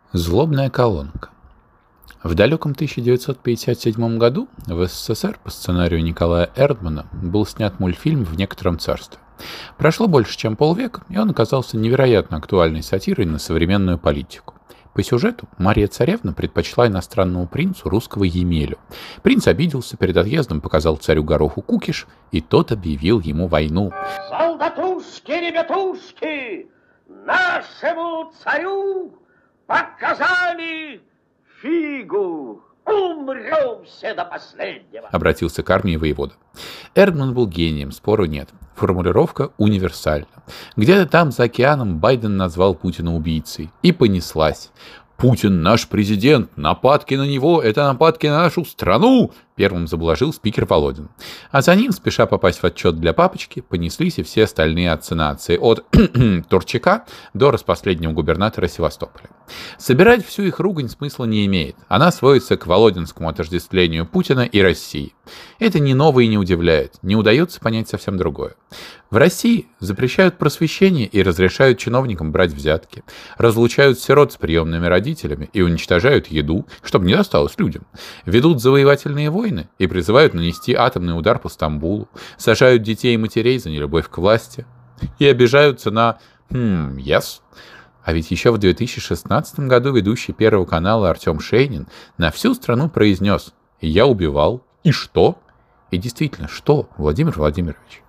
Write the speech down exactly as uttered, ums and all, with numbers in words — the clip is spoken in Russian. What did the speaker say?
Злобная колонка. В далеком тысяча девятьсот пятьдесят седьмом году в СССР по сценарию Николая Эрдмана был снят мультфильм «В некотором царстве». Прошло больше, чем полвека, и он оказался невероятно актуальной сатирой на современную политику. По сюжету Мария Царевна предпочла иностранному принцу русского Емелю. Принц обиделся, перед отъездом показал царю Гороху кукиш, и тот объявил ему войну. Солдатушки, ребятушки, нашему царю показали фигу. Умрем все до последнего. Обратился к армии воевода. Эрдман был гением, спору нет. Формулировка универсальна. Где-то там за океаном Байден назвал Путина убийцей. И понеслась. «Путин наш президент, нападки на него – это нападки на нашу страну!» Первым заблажил спикер Володин. А за ним, спеша попасть в отчет для папочки, понеслись и все остальные отцы нации, от Турчака до распоследнего губернатора Севастополя. Собирать всю их ругань смысла не имеет. Она сводится к володинскому отождествлению Путина и России. Это не ново и не удивляет. Не удается понять совсем другое. В России запрещают просвещение и разрешают чиновникам брать взятки, разлучают сирот с приемными родителями и уничтожают еду, чтобы не досталось людям, ведут завоевательные войны и призывают нанести атомный удар по Стамбулу, сажают детей и матерей за нелюбовь к власти и обижаются на «хм, yes». А ведь еще в две тысячи шестнадцатом году ведущий Первого канала Артем Шейнин на всю страну произнес «Я убивал. И что?» И действительно, что, Владимир Владимирович?